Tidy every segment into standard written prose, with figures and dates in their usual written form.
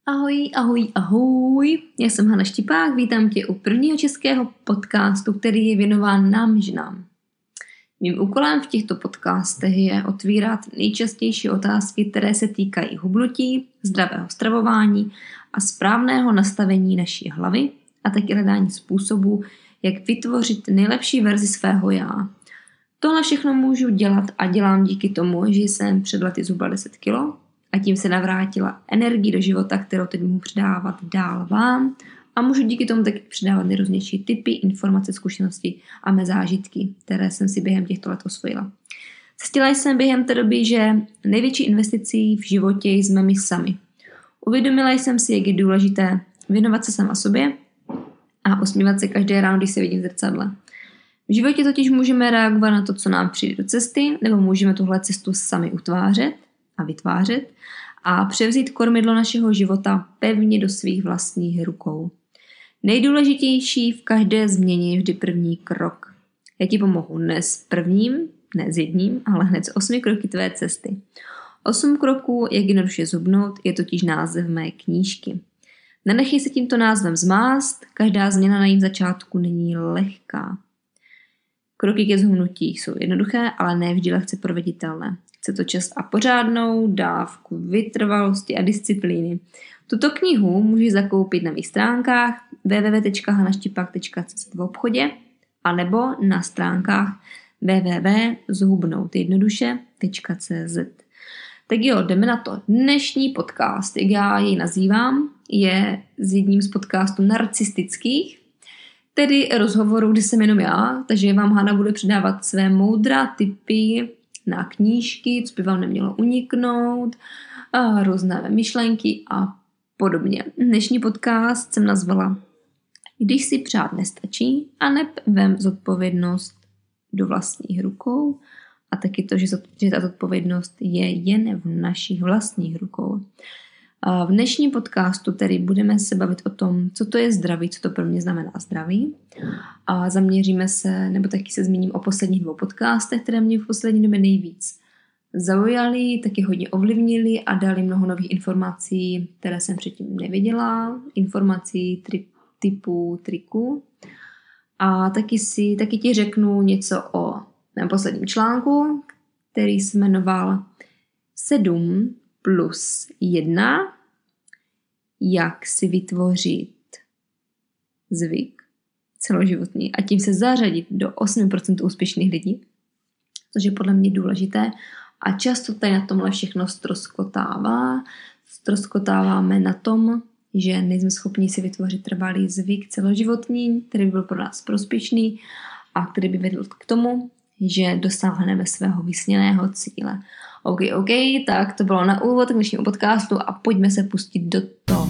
Ahoj, ahoj, ahoj. Já jsem Hana Štipák, vítám tě u prvního českého podcastu, který je věnován nám ženám. Mým úkolem v těchto podcastech je otvírat nejčastější otázky, které se týkají hubnutí, zdravého stravování a správného nastavení naší hlavy a taky hledání způsobů, jak vytvořit nejlepší verzi svého já. Tohle všechno můžu dělat a dělám díky tomu, že jsem před lety zhubla 10 kg a tím se navrátila energii do života, kterou teď můžu předávat dál vám a můžu díky tomu taky předávat nejrůznější tipy, informace, zkušenosti a mé zážitky, které jsem si během těchto let osvojila. Zjistila jsem během té doby, že největší investicí v životě jsme my sami. Uvědomila jsem si, jak je důležité věnovat se sama sobě a usmívat se každé ráno, když se vidím v zrcadle. V životě totiž můžeme reagovat na to, co nám přijde do cesty, nebo můžeme tuhle cestu sami utvářet a vytvářet a převzít kormidlo našeho života pevně do svých vlastních rukou. Nejdůležitější v každé změně je vždy první krok. Já ti pomohu ne s jedním, ale hned s 8 kroky tvé cesty. 8 kroků, jak jednoduše zhubnout, je totiž název mé knížky. Nenechej se tímto názvem zmást, každá změna na jejím začátku není lehká. Kroky ke zhubnutí jsou jednoduché, ale ne vždy lehce proveditelné. Chce to čas a pořádnou dávku vytrvalosti a disciplíny. Tuto knihu můžeš zakoupit na mých stránkách www.hanaštipak.cz v obchodě anebo na stránkách www.zhubnoutjednoduše.cz. Tak jo, jdeme na to. Dnešní podcast, jak já jej nazývám, je z jedním z podcastů narcistických, tedy rozhovorů, kde jsem jenom já, takže vám Hana bude předávat své moudra tipy na knížky, co by vám nemělo uniknout, a různé myšlenky a podobně. Dnešní podcast jsem nazvala Když si přát nestačí, aneb vem zodpovědnost do vlastních rukou a taky to, že ta zodpovědnost je jen v našich vlastních rukou. A v dnešním podcastu tedy budeme se bavit o tom, co to je zdraví, co to pro mě znamená zdraví. A zaměříme se, nebo taky se zmíním o posledních 2 podcastech, které mě v poslední době nejvíc zaujaly, taky hodně ovlivnili a dali mnoho nových informací, které jsem předtím nevěděla, informací, typů, triků. A taky ti řeknu něco o mém posledním článku, který se jmenoval 7+1, jak si vytvořit zvyk celoživotní a tím se zařadit do 8% úspěšných lidí, což je podle mě důležité a často tady na tomhle všechno ztroskotáváme na tom, že nejsme schopni si vytvořit trvalý zvyk celoživotní, který by byl pro nás prospěšný a který by vedl k tomu, že dosáhneme svého vysněného cíle. OK, tak to bylo na úvod k dnešnímu podcastu a pojďme se pustit do toho.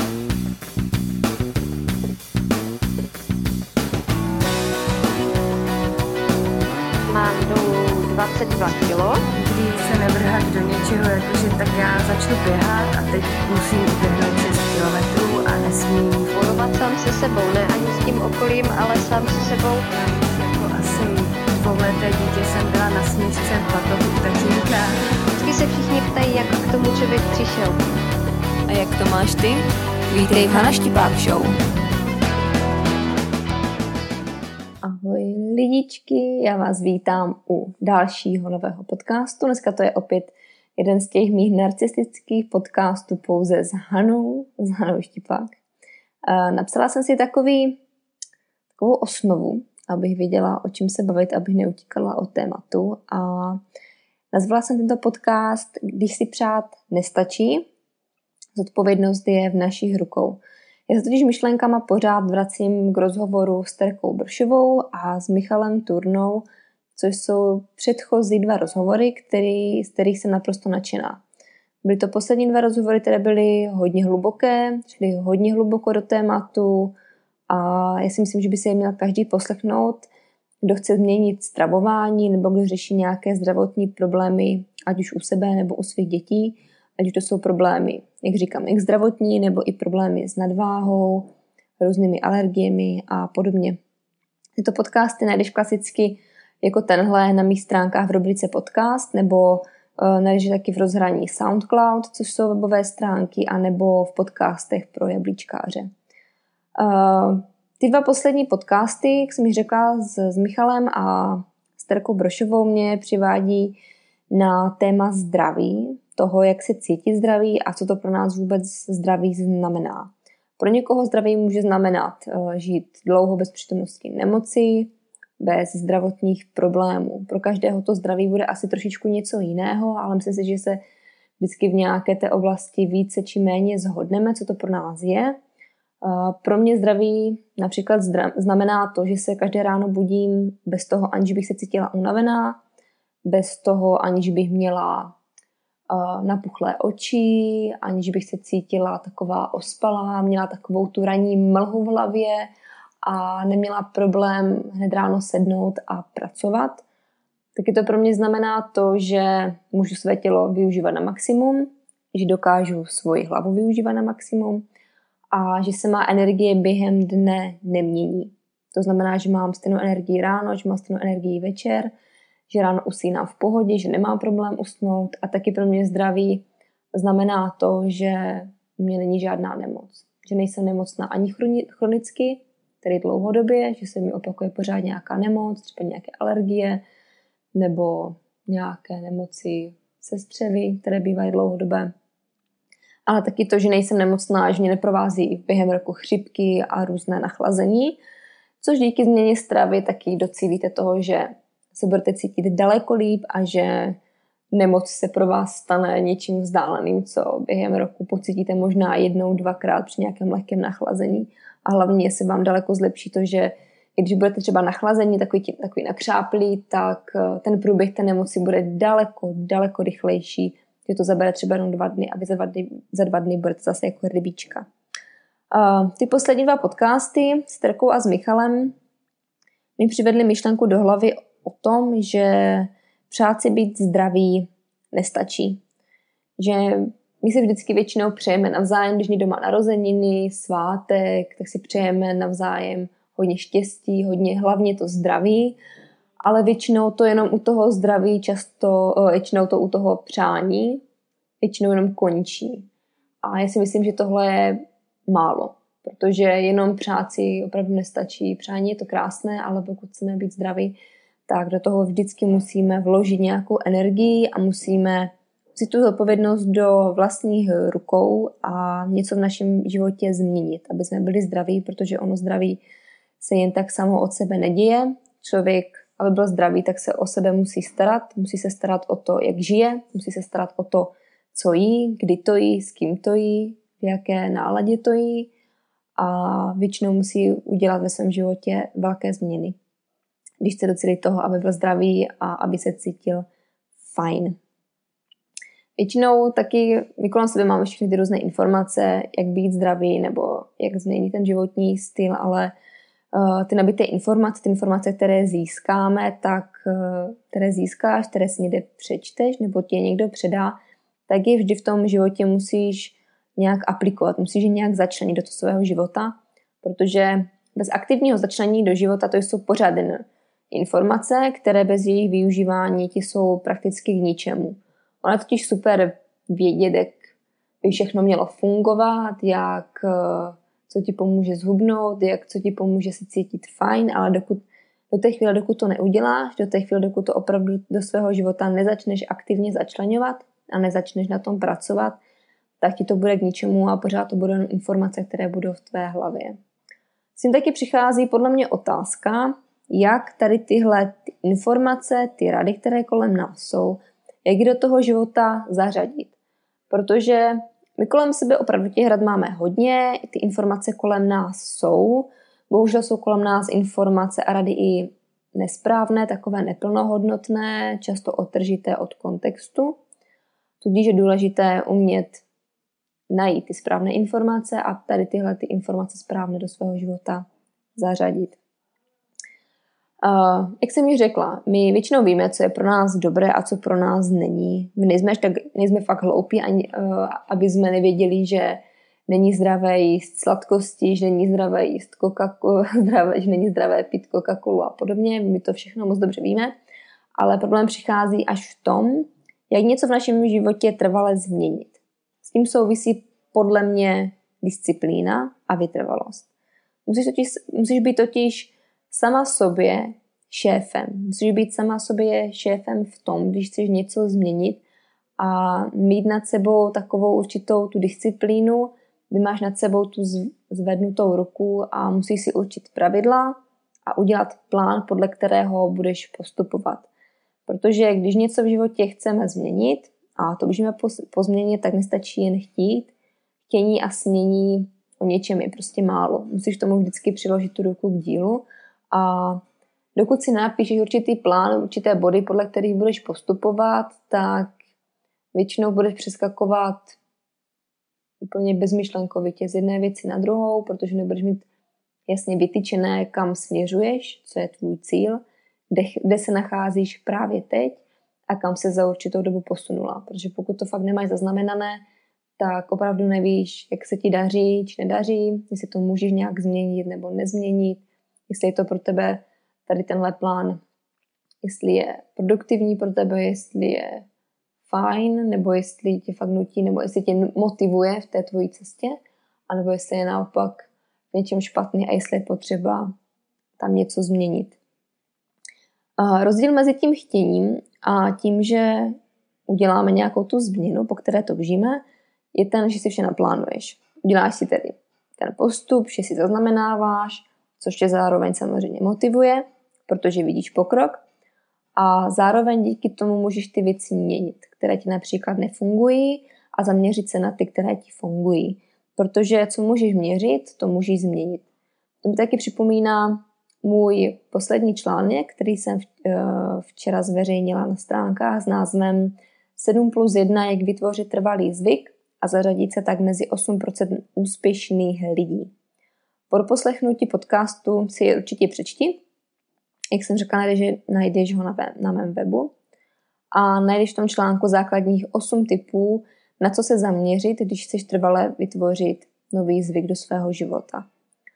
Mám dolů 22 kilo. Když se nevrhat do něčeho, jakože tak já začnu běhat a teď musím uběhnout 6 kilometrů a nesmím Bojovat sám se sebou, ne ani s tím okolím, ale sám se sebou. jako asi dvouleté dítě jsem byla na sněžce v batohu tatínka. Vždycky se všichni ptají, jak k tomu člověk přišel. A jak to máš ty? Vítej v Hana Štipák Show. Ahoj lidičky, já vás vítám u dalšího nového podcastu. Dneska to je opět jeden z těch mých narcistických podcastů pouze s Hanou Štipák. Napsala jsem si takovou osnovu, abych věděla, o čem se bavit, abych neutíkala od tématu a nazvala jsem tento podcast Když si přát nestačí, zodpovědnost je v našich rukou. Já se totiž myšlenkama pořád vracím k rozhovoru s Terkou Bršovou a s Michalem Turnou, což jsou předchozí 2 rozhovory, z kterých jsem naprosto nadšená. Byly to poslední 2 rozhovory, které byly hodně hluboké, šly hodně hluboko do tématu a já si myslím, že by se je měl každý poslechnout, kdo chce změnit stravování nebo kdo řeší nějaké zdravotní problémy, ať už u sebe nebo u svých dětí, ať už to jsou problémy, jak říkám, jak zdravotní, nebo i problémy s nadváhou, různými alergiemi a podobně. Tyto podcasty najdeš klasicky jako tenhle na mých stránkách v rubrice podcast nebo najdeš taky v rozhraní SoundCloud, což jsou webové stránky, anebo v podcastech pro jablíčkáře. Ty 2 poslední podcasty, jak jsem ji řekla, s Michalem a s Terkou Brošovou, mě přivádí na téma zdraví, toho, jak se cítit zdraví a co to pro nás vůbec zdraví znamená. Pro někoho zdraví může znamenat žít dlouho bez přítomnosti nemoci, bez zdravotních problémů. Pro každého to zdraví bude asi trošičku něco jiného, ale myslím si, že se vždycky v nějaké té oblasti více či méně shodneme, co to pro nás je. Pro mě zdraví například znamená to, že se každé ráno budím bez toho, aniž bych se cítila unavená, bez toho, aniž bych měla napuchlé oči, aniž bych se cítila taková ospalá, měla takovou tu ranní mlhu v hlavě a neměla problém hned ráno sednout a pracovat. Taky to pro mě znamená to, že můžu své tělo využívat na maximum, že dokážu svoji hlavu využívat na maximum a že se má energie během dne nemění. To znamená, že mám stejnou energii ráno, že mám stejnou energii večer, že ráno usínám v pohodě, že nemám problém usnout a taky pro mě zdraví znamená to, že mě není žádná nemoc. Že nejsem nemocná ani chronicky, tedy dlouhodobě, že se mi opakuje pořád nějaká nemoc, třeba nějaké alergie nebo nějaké nemoci se střevy, které bývají dlouhodobé. Ale taky to, že nejsem nemocná, že mě neprovází během roku chřipky a různé nachlazení, což díky změně stravy taky docílíte toho, že se budete cítit daleko líp a že nemoc se pro vás stane něčím vzdáleným, co během roku pocítíte možná 1, 2krát při nějakém lehkém nachlazení. A hlavně se vám daleko zlepší to, že když budete třeba nachlazení, takový nakřáplý, tak ten průběh té nemoci bude daleko rychlejší, že to zabere třeba jenom 2 dny a vy za 2 dny budete zase jako rybíčka. Ty poslední 2 podcasty s Terkou a s Michalem mi přivedly myšlenku do hlavy o tom, že přát si být zdraví nestačí. Že my si vždycky většinou přejeme navzájem, když někdo má narozeniny, svátek, tak si přejeme navzájem hodně štěstí, hodně hlavně to zdraví, ale většinou to jenom u toho zdraví, většinou to u toho přání, většinou jenom končí. A já si myslím, že tohle je málo, protože jenom přát si opravdu nestačí. Přání je to krásné, ale pokud chceme být zdraví, tak do toho vždycky musíme vložit nějakou energii a musíme si tu zodpovědnost do vlastních rukou a něco v našem životě změnit, aby jsme byli zdraví, protože ono zdraví se jen tak samo od sebe neděje. Člověk, aby byl zdravý, tak se o sebe musí se starat o to, jak žije, musí se starat o to, co jí, kdy to jí, s kým to jí, v jaké náladě to jí a většinou musí udělat ve svém životě velké změny, když chce docílit toho, aby byl zdravý a aby se cítil fajn. Většinou taky my kolem sebe máme všechny ty různé informace, jak být zdravý nebo jak změnit ten životní styl, ale ty nabité informace, které získáme, které získáš, které si někde přečteš nebo ti je někdo předá, tak je vždy v tom životě musíš nějak aplikovat, musíš je nějak začlenit do toho svého života, protože bez aktivního začlenění do života to jsou pořád jen informace, které bez jejich využívání ti jsou prakticky k ničemu. Ono je totiž super vědět, jak by všechno mělo fungovat, co ti pomůže zhubnout, co ti pomůže se cítit fajn, ale do té chvíle, dokud to neuděláš, do té chvíle, dokud to opravdu do svého života nezačneš aktivně začleňovat a nezačneš na tom pracovat, tak ti to bude k ničemu a pořád to budou jen informace, které budou v tvé hlavě. S tím taky přichází podle mě otázka, jak tady tyhle informace, ty rady, které kolem nás jsou, jak je do toho života zařadit. Protože my kolem sebe opravdu těch rad máme hodně, ty informace kolem nás jsou, bohužel jsou kolem nás informace a rady i nesprávné, takové neplnohodnotné, často odtržité od kontextu. Tudíž je důležité umět najít ty správné informace a tady tyhle ty informace správně do svého života zařadit. Jak jsem ji řekla, my většinou víme, co je pro nás dobré a co pro nás není. My nejsme fakt hloupí, aby jsme nevěděli, že není zdravé jíst sladkosti, že není zdravé jíst že není zdravé pít Coca-Colu a podobně. My to všechno moc dobře víme, ale problém přichází až v tom, jak něco v našem životě trvale změnit. S tím souvisí podle mě disciplína a vytrvalost. Musíš být totiž sama sobě šéfem. Musíš být sama sobě šéfem v tom, když chceš něco změnit a mít nad sebou takovou určitou tu disciplínu, kdy máš nad sebou tu zvednutou ruku a musíš si určit pravidla a udělat plán, podle kterého budeš postupovat. Protože když něco v životě chceme změnit a to můžeme pozměnit, tak nestačí jen chtít. Chtění a snění o něčem je prostě málo. Musíš tomu vždycky přiložit tu ruku k dílu a dokud si napíšeš určitý plán, určité body, podle kterých budeš postupovat, tak většinou budeš přeskakovat úplně bezmyšlenkovitě z jedné věci na druhou, protože nebudeš mít jasně vytyčené, kam směřuješ, co je tvůj cíl, kde se nacházíš právě teď a kam se za určitou dobu posunula. Protože pokud to fakt nemáš zaznamenané, tak opravdu nevíš, jak se ti daří či nedaří, jestli to můžeš nějak změnit nebo nezměnit, jestli je to pro tebe tady tenhle plán, jestli je produktivní pro tebe, jestli je fajn, nebo jestli tě fakt nutí, nebo jestli tě motivuje v té tvojí cestě, anebo jestli je naopak v něčem špatný a jestli je potřeba tam něco změnit. Rozdíl mezi tím chtěním a tím, že uděláme nějakou tu změnu, po které toužíme, je ten, že si vše naplánuješ. Uděláš si tedy ten postup, že si zaznamenáváš, což tě zároveň samozřejmě motivuje, protože vidíš pokrok a zároveň díky tomu můžeš ty věci měnit, které ti například nefungují a zaměřit se na ty, které ti fungují. Protože co můžeš měřit, to můžeš změnit. To mi taky připomíná můj poslední článek, který jsem včera zveřejnila na stránkách s názvem 7+1, jak vytvořit trvalý zvyk a zařadit se tak mezi 8% úspěšných lidí. Po poslechnutí podcastu si je určitě přečti. Jak jsem řekla, najdeš ho na mém webu a najdeš v tom článku základních 8 typů, na co se zaměřit, když chceš trvale vytvořit nový zvyk do svého života.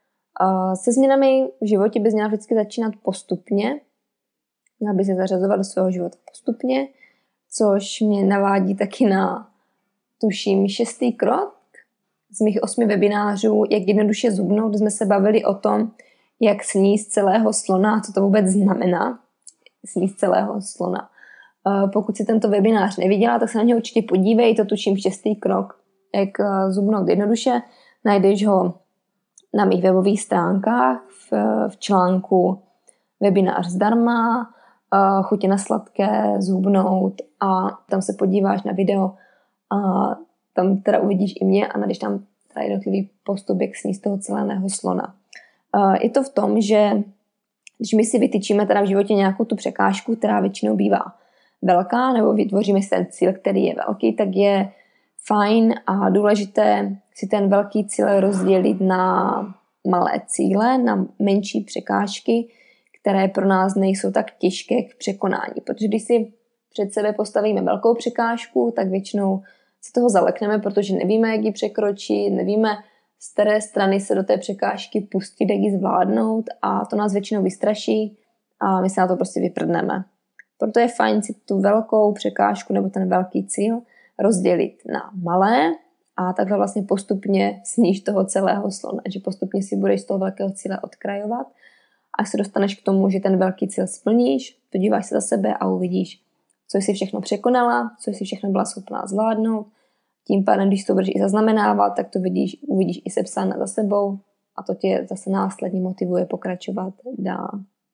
Se změnami v životě bys měla vždycky začínat postupně, měla by se zařazovat do svého života postupně, což mě navádí taky na, tuším, 6. krok z mých 8 webinářů, jak jednoduše zhubnout, jsme se bavili o tom, jak sníst celého slona, co to vůbec znamená, sníst celého slona. Pokud si tento webinář neviděla, tak se na něj určitě podívej, to tuším 6. krok, jak zhubnout jednoduše. Najdeš ho na mých webových stránkách v článku webinář zdarma, chutě na sladké, zhubnout a tam se podíváš na video a tam teda uvidíš i mě a najdeš tam teda jednotlivý postup, jak sníst toho celého slona. Je to v tom, že když my si vytyčíme teda v životě nějakou tu překážku, která většinou bývá velká, nebo vytvoříme si ten cíl, který je velký, tak je fajn a důležité si ten velký cíl rozdělit na malé cíle, na menší překážky, které pro nás nejsou tak těžké k překonání. Protože když si před sebe postavíme velkou překážku, tak většinou se toho zalekneme, protože nevíme, jak ji překročit, nevíme, z které strany se do té překážky pustit, jak ji zvládnout a to nás většinou vystraší a my se na to prostě vyprdneme. Proto je fajn si tu velkou překážku nebo ten velký cíl rozdělit na malé a takhle vlastně postupně sníž toho celého slona, že postupně si budeš z toho velkého cíle odkrajovat a se dostaneš k tomu, že ten velký cíl splníš, podíváš se za sebe a uvidíš, co jsi všechno překonala, co jsi všechno byla schopná zvládnout. Tím pádem, když to budeš i zaznamenávat, tak to uvidíš i sepsáno za sebou a to tě zase následně motivuje pokračovat dál.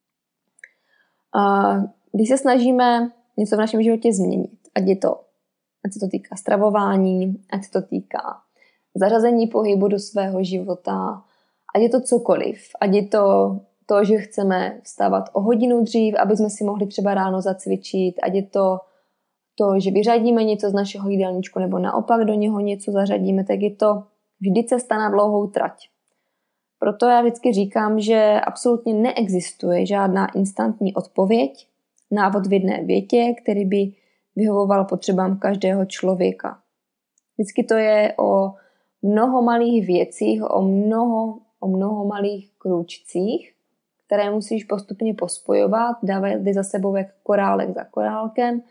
A když se snažíme něco v našem životě změnit, ať se to týká stravování, ať se to týká zařazení pohybu do svého života, ať je to cokoliv, ať je to, že chceme vstávat o hodinu dřív, aby jsme si mohli třeba ráno zacvičit, ať je to, že vyřadíme něco z našeho jídelníčku nebo naopak do něho něco zařadíme, tak je to vždy cesta na dlouhou trať. Proto já vždycky říkám, že absolutně neexistuje žádná instantní odpověď, návod v jedné větě, který by vyhovoval potřebám každého člověka. Vždycky to je o mnoho malých věcích, o mnoho malých krůčcích, které musíš postupně pospojovat, dávat za sebou jak korálek za korálkem,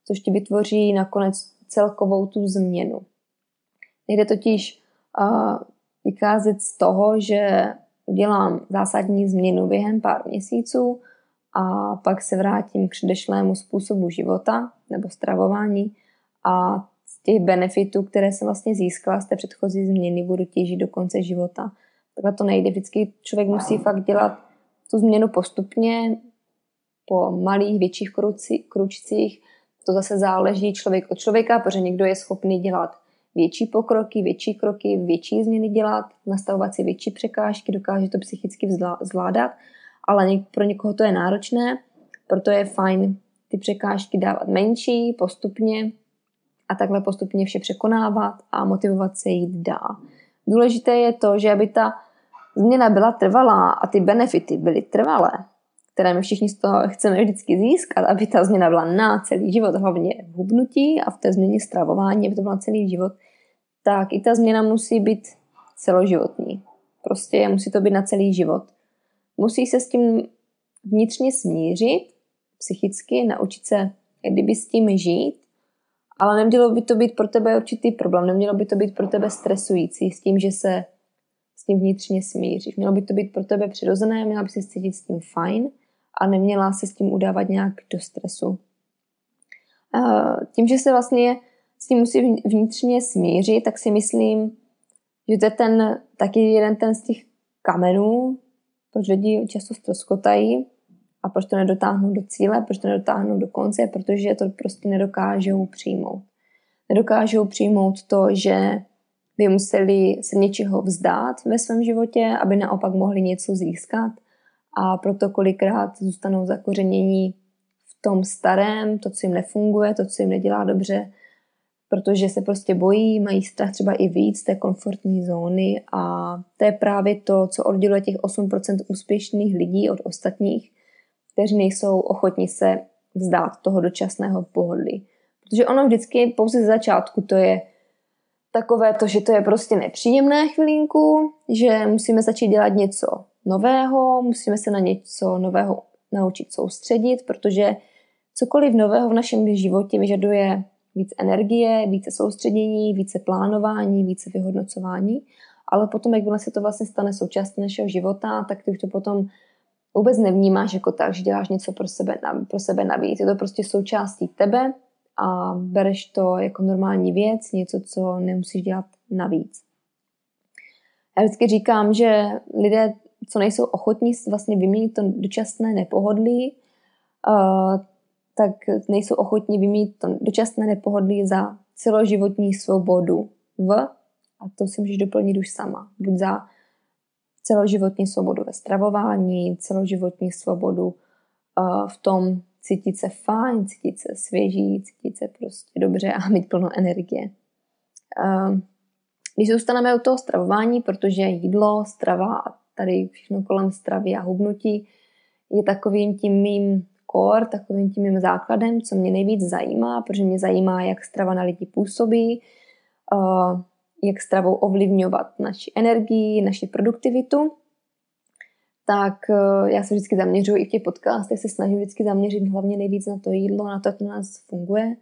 což ti vytvoří nakonec celkovou tu změnu. Nejde totiž vycházet z toho, že udělám zásadní změnu během pár měsíců a pak se vrátím k předešlému způsobu života nebo stravování a z těch benefitů, které jsem vlastně získala z té předchozí změny, budu těžit do konce života. Takhle to nejde. Vždycky člověk musí fakt dělat tu změnu postupně, po malých, větších kručcích. To zase záleží člověk od člověka, protože někdo je schopný dělat větší pokroky, větší kroky, větší změny dělat, nastavovat si větší překážky, dokáže to psychicky zvládat, ale pro někoho to je náročné, proto je fajn ty překážky dávat menší, postupně a takhle postupně vše překonávat a motivovat se jít dál. Důležité je to, že aby ta změna byla trvalá a ty benefity byly trvalé, které my všichni z toho chceme vždycky získat, aby ta změna byla na celý život, hlavně v hubnutí a v té změně stravování, aby to byla celý život, tak i ta změna musí být celoživotní. Prostě musí to být na celý život. Musí se s tím vnitřně smířit, psychicky, naučit se kdyby s tím žít, ale nemělo by to být pro tebe určitý problém, nemělo by to být pro tebe stresující s tím, že se s tím vnitřně smíříš. Mělo by to být pro tebe přirozené, měla by se cítit s tím fajn a neměla se s tím udávat nějak do stresu. Tím, že se vlastně s tím musí vnitřně smířit, tak si myslím, že to je taky jeden z těch kamenů, proč lidi často ztroskotají a proč to nedotáhnou do cíle, proč to nedotáhnou do konce, protože to prostě nedokážou přijmout. Nedokážou přijmout to, že by museli se něčeho vzdát ve svém životě, aby naopak mohli něco získat a proto kolikrát zůstanou zakořenění v tom starém, to, co jim nefunguje, to, co jim nedělá dobře, protože se prostě bojí, mají strach třeba i víc té komfortní zóny a to je právě to, co odděluje těch 8% úspěšných lidí od ostatních, kteří nejsou ochotní se vzdát toho dočasného pohodlí. Protože ono vždycky pouze z začátku to je takové to, že to je prostě nepříjemné chvilinku, že musíme začít dělat něco nového, musíme se na něco nového naučit soustředit, protože cokoliv nového v našem životě vyžaduje víc energie, více soustředění, více plánování, více vyhodnocování, ale potom, jakmile se to vlastně stane součástí našeho života, tak ty už to potom vůbec nevnímáš jako tak, že děláš něco pro sebe navíc. Je to prostě součástí tebe a bereš to jako normální věc, něco, co nemusíš dělat navíc. Já vždycky říkám, že lidé, co nejsou ochotní vlastně vyměnit to dočasné nepohodlí, tak nejsou ochotní vyměnit to dočasné nepohodlí za celoživotní svobodu a to si můžeš doplnit už sama, buď za celoživotní svobodu ve stravování, celoživotní svobodu v tom cítit se fajn, cítit se svěží, cítit se prostě dobře a mít plno energie. Když zůstaneme u toho stravování, protože jídlo, strava a tady všechno kolem stravy a hubnutí je takovým tím mým core, takovým tím mým základem, co mě nejvíc zajímá, protože mě zajímá, jak strava na lidi působí, jak stravou ovlivňovat naši energii, naši produktivitu, tak já se vždycky zaměřuji i v těch podcastech, se snažím vždycky zaměřit hlavně nejvíc na to jídlo, na to, jak to na nás funguje.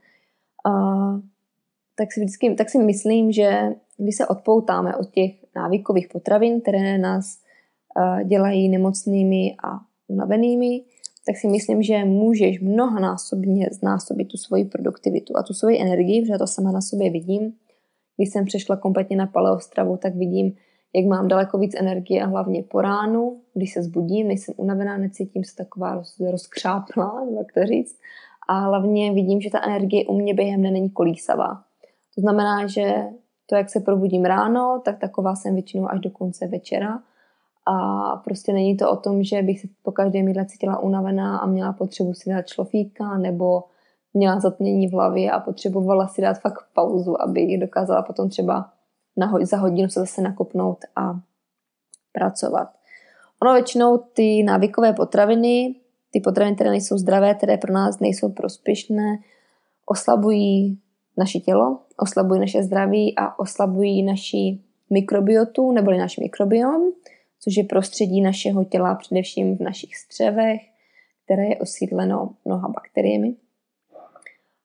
Tak si myslím, že když se odpoutáme od těch návykových potravin, které nás dělají nemocnými a unavenými, tak si myslím, že můžeš mnohonásobně znásobit tu svoji produktivitu a tu svoji energii, protože to sama na sobě vidím. Když jsem přešla kompletně na paleostravu, tak vidím, jak mám daleko víc energie a hlavně po ránu, když se zbudím, nejsem unavená, necítím se taková rozkřáplá, nebo jak to říct. A hlavně vidím, že ta energie u mě během dne není kolísavá. To znamená, že to, jak se probudím ráno, tak taková jsem většinou až do konce večera. A prostě není to o tom, že bych se po každém jídle cítila unavená a měla potřebu si dát šlofíka nebo měla zatmění v hlavě a potřebovala si dát fakt pauzu, aby dokázala potom třeba za hodinu se zase nakopnout a pracovat. Ono většinou ty návykové potraviny, ty potraviny, které nejsou zdravé, které pro nás nejsou prospěšné, oslabují naše tělo, oslabují naše zdraví a oslabují naši mikrobiotu neboli náš mikrobiom, což je prostředí našeho těla především v našich střevech, které je osídleno mnoha bakteriemi.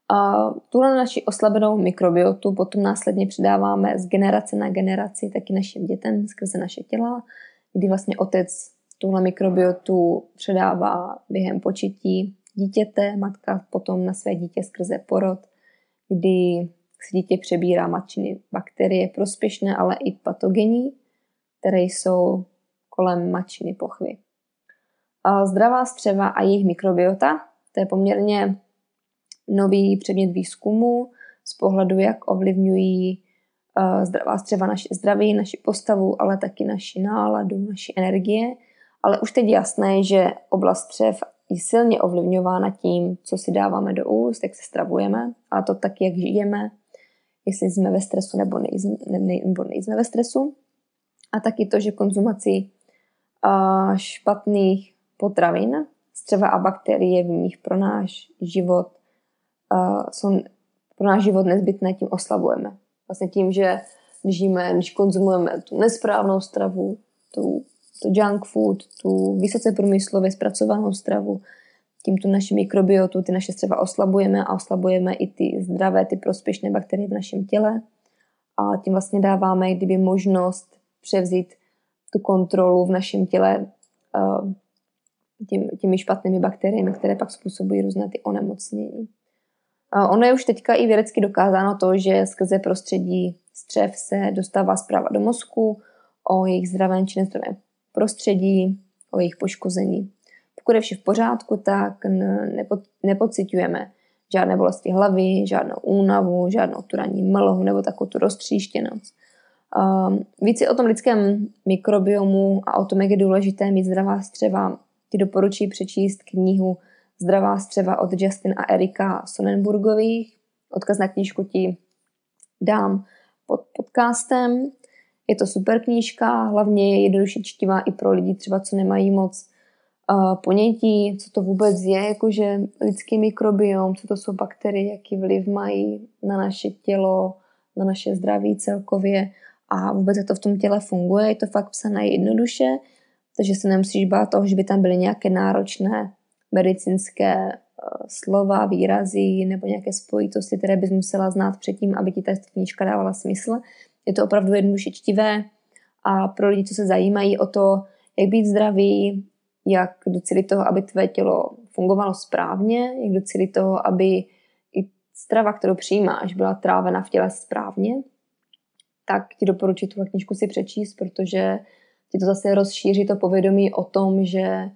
A tuhle naši oslabenou mikrobiotu potom následně předáváme z generace na generaci taky našim dětem skrze naše těla, kdy vlastně otec tuhle mikrobiotu předává během početí dítěte, matka potom na své dítě skrze porod, kdy si dítě přebírá matčiny bakterie prospěšné, ale i patogenní, které jsou kolem matčiny pochvy. A zdravá střeva a jejich mikrobiota, to je poměrně nový předmět výzkumu z pohledu, jak ovlivňují zdravá střeva naše zdraví, naši postavu, ale taky naši náladu, naši energie. Ale už teď je jasné, že oblast střev je silně ovlivňována tím, co si dáváme do úst, jak se stravujeme, a to taky, jak žijeme, jestli jsme ve stresu nebo nejsme ve stresu. A taky to, že konzumací špatných potravin, střeva a bakterie v nich pro náš život jsou pro náš život nezbytné, tím oslabujeme. Vlastně tím, že když konzumujeme tu nesprávnou stravu, tu junk food, tu vysoce průmyslově zpracovanou stravu, tím tu naši mikrobiotu, ty naše střeva oslabujeme a oslabujeme i ty zdravé, ty prospěšné bakterie v našem těle. A tím vlastně dáváme kdyby možnost převzít tu kontrolu v našem těle těmi špatnými bakteriemi, které pak způsobují různé ty onemocnění. Ono je už teďka i vědecky dokázáno to, že skrze prostředí střev se dostává zpráva do mozku o jejich zdravém či nezdravém prostředí, o jejich poškození. Pokud je vše v pořádku, tak nepociťujeme žádné bolesti hlavy, žádnou únavu, žádnou tu ranní mlhu nebo takovou tu roztříštěnost. Víc o tom lidském mikrobiomu a o tom, jak je důležité mít zdravá střeva, ti doporučuji přečíst knihu Zdravá střeva od Justin a Erika Sonnenburgových. Odkaz na knížku ti dám pod podcastem. Je to super knížka, hlavně je jednoduše čtivá i pro lidi třeba, co nemají moc ponětí, co to vůbec je, jakože lidský mikrobiom, co to jsou bakterie, jaký vliv mají na naše tělo, na naše zdraví celkově a vůbec jak to v tom těle funguje. Je to fakt psané jednoduše, takže se nemusíš bát toho, že by tam byly nějaké náročné medicínské slova, výrazy nebo nějaké spojitosti, které bys musela znát předtím, aby ti ta knížka dávala smysl. Je to opravdu jednoduše čtivé a pro lidi, co se zajímají o to, jak být zdravý, jak docílit toho, aby tvé tělo fungovalo správně, jak docílit toho, aby i strava, kterou přijímáš, byla trávena v těle správně, tak ti doporučuji tuhle knížku si přečíst, protože ti to zase rozšíří to povědomí o tom, že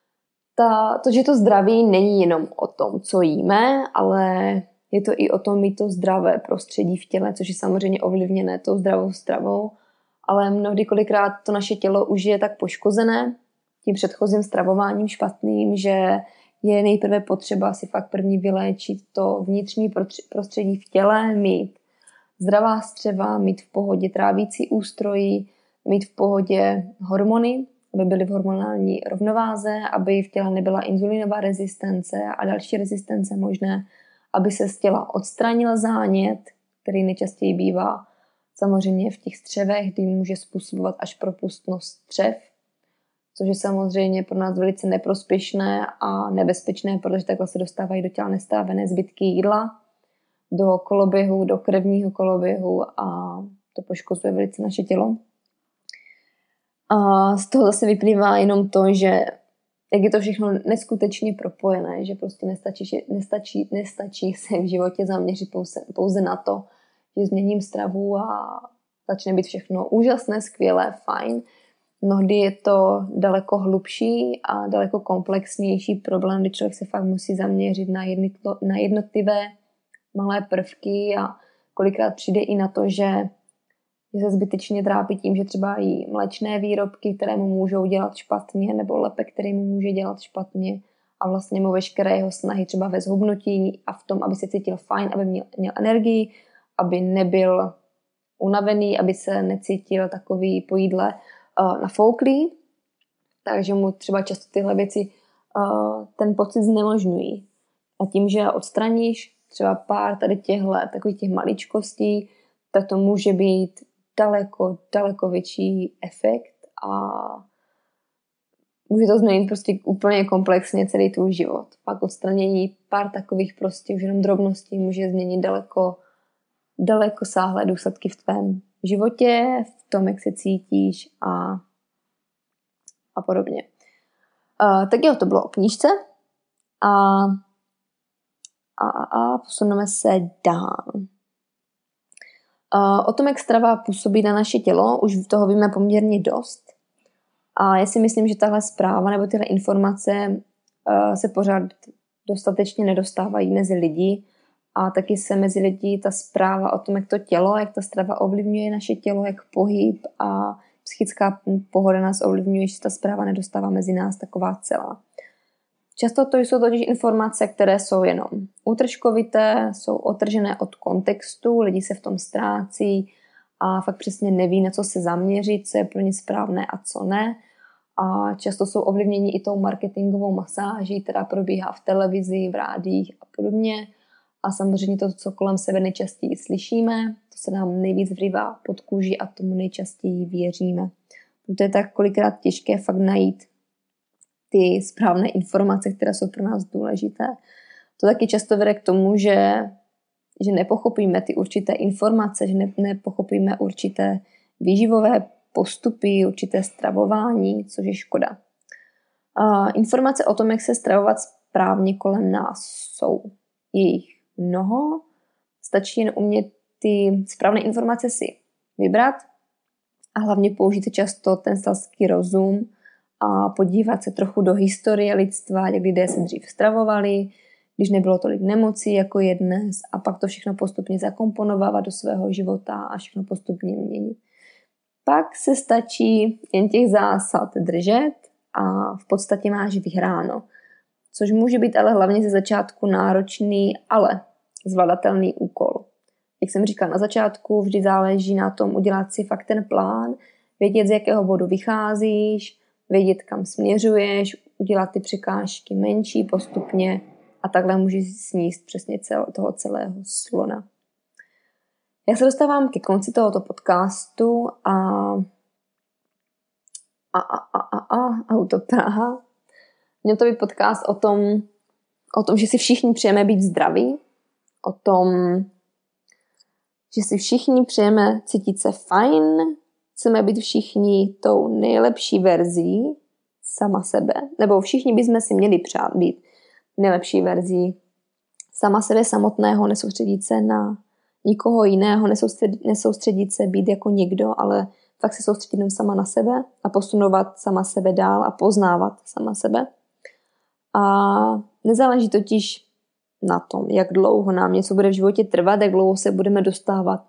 že to zdraví není jenom o tom, co jíme, ale je to i o tom mít to zdravé prostředí v těle, což je samozřejmě ovlivněné tou zdravou stravou, ale mnohdy kolikrát to naše tělo už je tak poškozené tím předchozím stravováním špatným, že je nejprve potřeba si fakt první vyléčit to vnitřní prostředí v těle, mít zdravá střeva, mít v pohodě trávící ústrojí, mít v pohodě hormony, aby byly v hormonální rovnováze, aby v těle nebyla inzulinová rezistence a další rezistence možné, aby se z těla odstranil zánět, který nejčastěji bývá samozřejmě v těch střevech, kdy může způsobovat až propustnost střev, což je samozřejmě pro nás velice neprospěšné a nebezpečné, protože takhle se dostávají do těla nestrávené zbytky jídla, do koloběhu, do krevního koloběhu a to poškozuje velice naše tělo. A z toho zase vyplývá jenom to, že jak je to všechno neskutečně propojené, že prostě nestačí se v životě zaměřit pouze na to, že změním stravu a začne být všechno úžasné, skvělé, fajn. Mnohdy je to daleko hlubší a daleko komplexnější problém, kdy člověk se fakt musí zaměřit na jednotlivé malé prvky a kolikrát přijde i na to, že se zbytečně trápí tím, že třeba jí mléčné výrobky, které mu můžou dělat špatně, nebo lepek, který mu může dělat špatně a vlastně mu veškeré jeho snahy třeba ve zhubnutí a v tom, aby se cítil fajn, aby měl energii, aby nebyl unavený, aby se necítil takový po jídle nafouklý, takže mu třeba často tyhle věci ten pocit znemožňují. A tím, že odstraníš třeba pár tady takových těch maličkostí, tak to může být daleko větší efekt a může to změnit prostě úplně komplexně celý tvůj život. Pak odstranění pár takových prostě už jenom drobností může změnit daleko sáhlé důsledky v tvém životě, v tom, jak se cítíš a podobně. Tak jo, to bylo o knížce a posuneme se dál. O tom, jak strava působí na naše tělo, už toho víme poměrně dost. A já si myslím, že tahle zpráva nebo tyhle informace se pořád dostatečně nedostávají mezi lidi a taky se mezi lidi ta zpráva o tom, jak to tělo, jak ta strava ovlivňuje naše tělo, jak pohyb a psychická pohoda nás ovlivňuje, že ta zpráva nedostává mezi nás taková celá. Často to jsou totiž informace, které jsou jenom útržkovité, jsou otržené od kontextu, lidi se v tom ztrácí a fakt přesně neví, na co se zaměřit, co je pro ně správné a co ne. A často jsou ovlivněni i tou marketingovou masáží, která probíhá v televizi, v rádiích a podobně. A samozřejmě to, co kolem sebe nejčastěji slyšíme, to se nám nejvíc vrývá pod kůži a tomu nejčastěji věříme. Proto je tak kolikrát těžké fakt najít ty správné informace, které jsou pro nás důležité. To taky často vede k tomu, že nepochopíme ty určité informace, že nepochopíme určité výživové postupy, určité stravování, což je škoda. Informace o tom, jak se stravovat správně kolem nás jsou. Je jich mnoho, stačí jen umět ty správné informace si vybrat a hlavně použít často ten selský rozum a podívat se trochu do historie lidstva, jak lidé se dřív stravovali, když nebylo tolik nemocí, jako je dnes, a pak to všechno postupně zakomponovávat do svého života a všechno postupně měnit. Pak se stačí jen těch zásad držet a v podstatě máš vyhráno. Což může být ale hlavně ze začátku náročný, ale zvladatelný úkol. Jak jsem říkala na začátku, vždy záleží na tom udělat si fakt ten plán, vědět, z jakého bodu vycházíš, vědět, kam směřuješ, udělat ty překážky menší postupně a takhle můžeš sníst přesně toho celého slona. Já se dostávám ke konci tohoto podcastu a Autopraha. Měl to být podcast o tom, že si všichni přejeme být zdraví, o tom, že si všichni přejeme cítit se fajn, chceme být všichni tou nejlepší verzí sama sebe, nebo všichni bychom si měli přát být nejlepší verzí sama sebe samotného, nesoustředit se na nikoho jiného, nesoustředit se být jako někdo, ale fakt se soustředit jenom sama na sebe a posunovat sama sebe dál a poznávat sama sebe. A nezáleží totiž na tom, jak dlouho nám něco bude v životě trvat, jak dlouho se budeme dostávat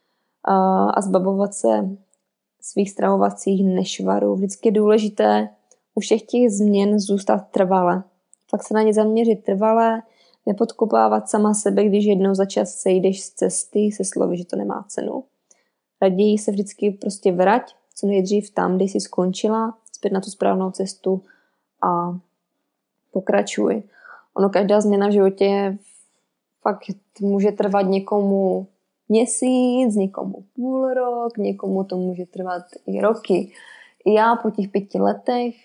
a zbavovat se svých stravovacích nešvarů. Vždycky je důležité u všech těch změn zůstat trvale. Fakt se na ně zaměřit trvale, nepodkopávat sama sebe, když jednou za čas sejdeš z cesty se slovy, že to nemá cenu. Raději se vždycky prostě vrať co nejdřív tam, kde jsi skončila, zpět na tu správnou cestu a pokračuj. Ono, každá změna v životě fakt může trvat někomu měsíc, někomu půl rok, někomu to může trvat i roky. I já po těch 5 letech,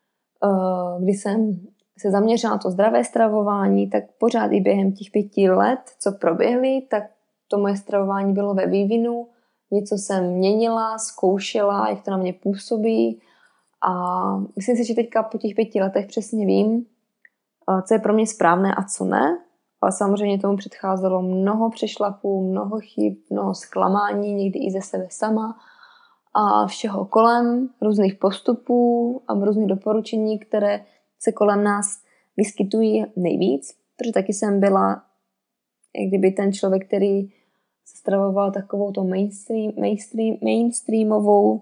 kdy jsem se zaměřila na to zdravé stravování, tak pořád i během těch 5 let, co proběhly, tak to moje stravování bylo ve vývinu. Něco jsem měnila, zkoušela, jak to na mě působí a myslím si, že teďka po těch 5 letech přesně vím, co je pro mě správné a co ne. Ale samozřejmě tomu předcházelo mnoho přešlapů, mnoho chyb, mnoho zklamání, někdy i ze sebe sama a všeho kolem, různých postupů a různých doporučení, které se kolem nás vyskytují nejvíc, protože taky jsem byla jak kdyby ten člověk, který se stravoval takovou tou mainstreamovou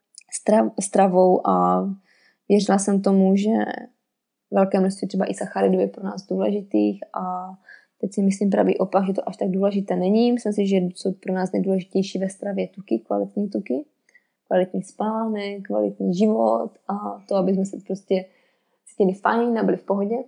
stravou a věřila jsem tomu, že velké množství třeba i sacharidů je pro nás důležitých a teď si myslím pravý opak, že to až tak důležité není. Myslím si, že jsou pro nás nejdůležitější ve stravě tuky, kvalitní spánek, kvalitní život a to, aby jsme se prostě cítili fajn a byli v pohodě.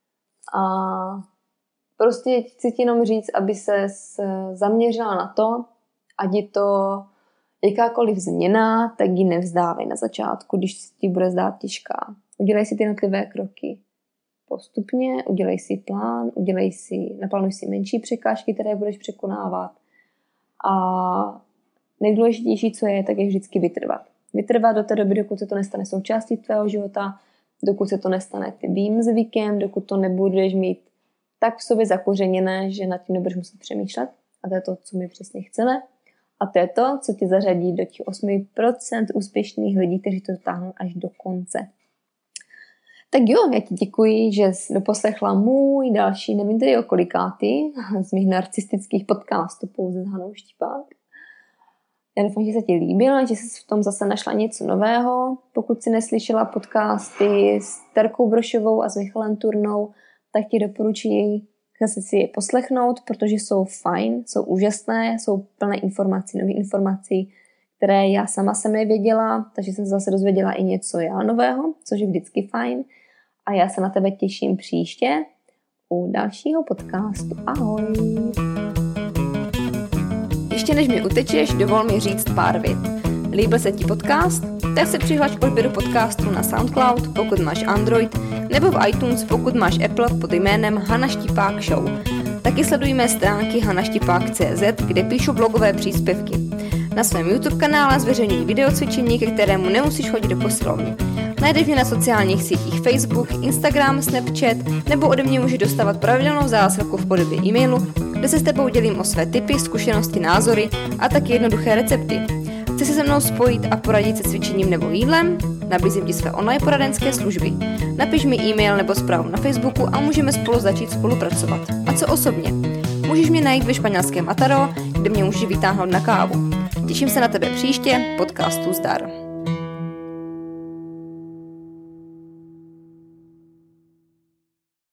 A prostě chci ti jenom říct, aby se zaměřila na to, ať je to jakákoliv změna, tak ji nevzdávej na začátku, když ti bude zdát těžká. Udělej si ty jednotlivé kroky postupně, udělej si plán, naplánuj si menší překážky, které budeš překonávat. A nejdůležitější, co je, tak je vždycky vytrvat. Vytrvat do té doby, dokud se to nestane součástí tvého života, dokud se to nestane tvým zvykem, dokud to nebudeš mít tak v sobě zakořeněné, že nad tím nebudeš muset přemýšlet. A to je to, co my přesně chceme. A to je to, co tě zařadí do těch 8% úspěšných lidí, kteří to dotáhnou až do konce. Tak jo, já ti děkuji, že jsi doposlechla můj další, nevím tedy o kolikátý, z mých narcistických podcastů pouze s Hanou Štipák. Já doufám, že se ti líbilo, že jsi v tom zase našla něco nového. Pokud jsi neslyšela podcasty s Terkou Brošovou a s Michalem Turnou, tak ti doporučuji zase si je poslechnout, protože jsou fajn, jsou úžasné, jsou plné informací, nových informací, které já sama jsem nevěděla, takže jsem se zase dozvěděla i něco já nového, což je vždycky fajn. A já se na tebe těším příště u dalšího podcastu. Ahoj! Ještě než mi utečeš, dovol mi říct pár vět. Líbil se ti podcast? Tak se přihlaš k odběru podcastu na SoundCloud, pokud máš Android, nebo v iTunes, pokud máš Apple pod jménem Hana Štipák Show. Taky sleduj mé stránky hanaštipák.cz, kde píšu blogové příspěvky. Na svém YouTube kanále zveřejňuji videocvičení, ke kterému nemusíš chodit do posilovny. Najdeš mě na sociálních sítích Facebook, Instagram, Snapchat, nebo ode mě můžeš dostávat pravidelnou zásilku v podobě e-mailu, kde se s tebou dělím o své tipy, zkušenosti, názory a taky jednoduché recepty. Chci se mnou spojit a poradit se cvičením nebo jídlem? Nabízím ti své online poradenské služby. Napiš mi e-mail nebo zprávu na Facebooku a můžeme spolu začít spolupracovat. A co osobně? Můžeš mě najít ve španělském Ataro, kde mě můžeš vytáhnout na kávu. Těším se na tebe příště, podcastu zdar.